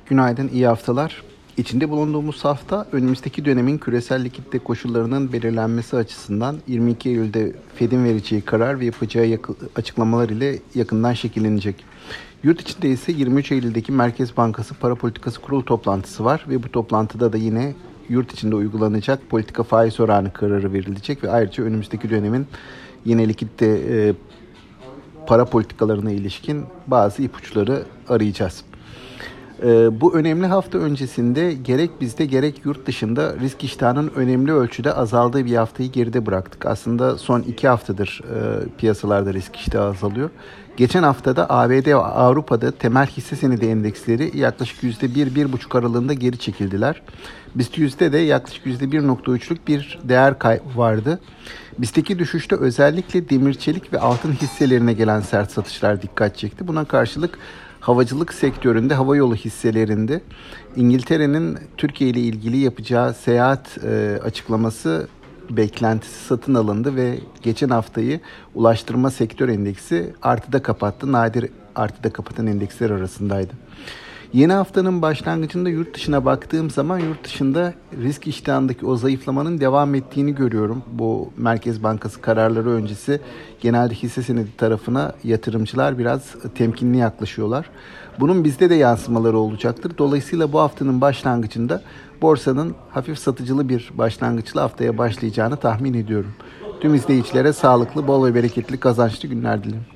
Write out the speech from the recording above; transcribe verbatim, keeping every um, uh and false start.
Günaydın, iyi haftalar. İçinde bulunduğumuz hafta önümüzdeki dönemin küresel likidite koşullarının belirlenmesi açısından yirmi iki Eylül'de Fed'in vereceği karar ve yapacağı yakı- açıklamalar ile yakından şekillenecek. Yurt içinde ise yirmi üç Eylül'deki Merkez Bankası Para Politikası Kurulu toplantısı var ve bu toplantıda da yine yurt içinde uygulanacak politika faiz oranı kararı verilecek ve ayrıca önümüzdeki dönemin yine likidite e, para politikalarına ilişkin bazı ipuçları arayacağız. Ee, bu önemli hafta öncesinde gerek bizde gerek yurt dışında risk iştahının önemli ölçüde azaldığı bir haftayı geride bıraktık. Aslında son iki haftadır e, piyasalarda risk iştahı azalıyor. Geçen haftada A B D ve Avrupa'da temel hisse senedi endeksleri yaklaşık yüzde bir bir buçuk aralığında geri çekildiler. BIST yüzde de yaklaşık yüzde bir nokta üçlük bir değer kaybı vardı. BIST'teki düşüşte özellikle demir çelik ve altın hisselerine gelen sert satışlar dikkat çekti. Buna karşılık havacılık sektöründe, havayolu hisselerinde İngiltere'nin Türkiye ile ilgili yapacağı seyahat e, açıklaması beklentisi satın alındı ve geçen haftayı ulaştırma sektör endeksi artıda kapattı. Nadir artıda kapatan endeksler arasındaydı. Yeni haftanın başlangıcında yurt dışına baktığım zaman yurt dışında risk iştahındaki o zayıflamanın devam ettiğini görüyorum. Bu Merkez Bankası kararları öncesi genelde hisse senedi tarafına yatırımcılar biraz temkinli yaklaşıyorlar. Bunun bizde de yansımaları olacaktır. Dolayısıyla bu haftanın başlangıcında borsanın hafif satıcılı bir başlangıçlı haftaya başlayacağını tahmin ediyorum. Tüm izleyicilere sağlıklı, bol ve bereketli, kazançlı günler dilerim.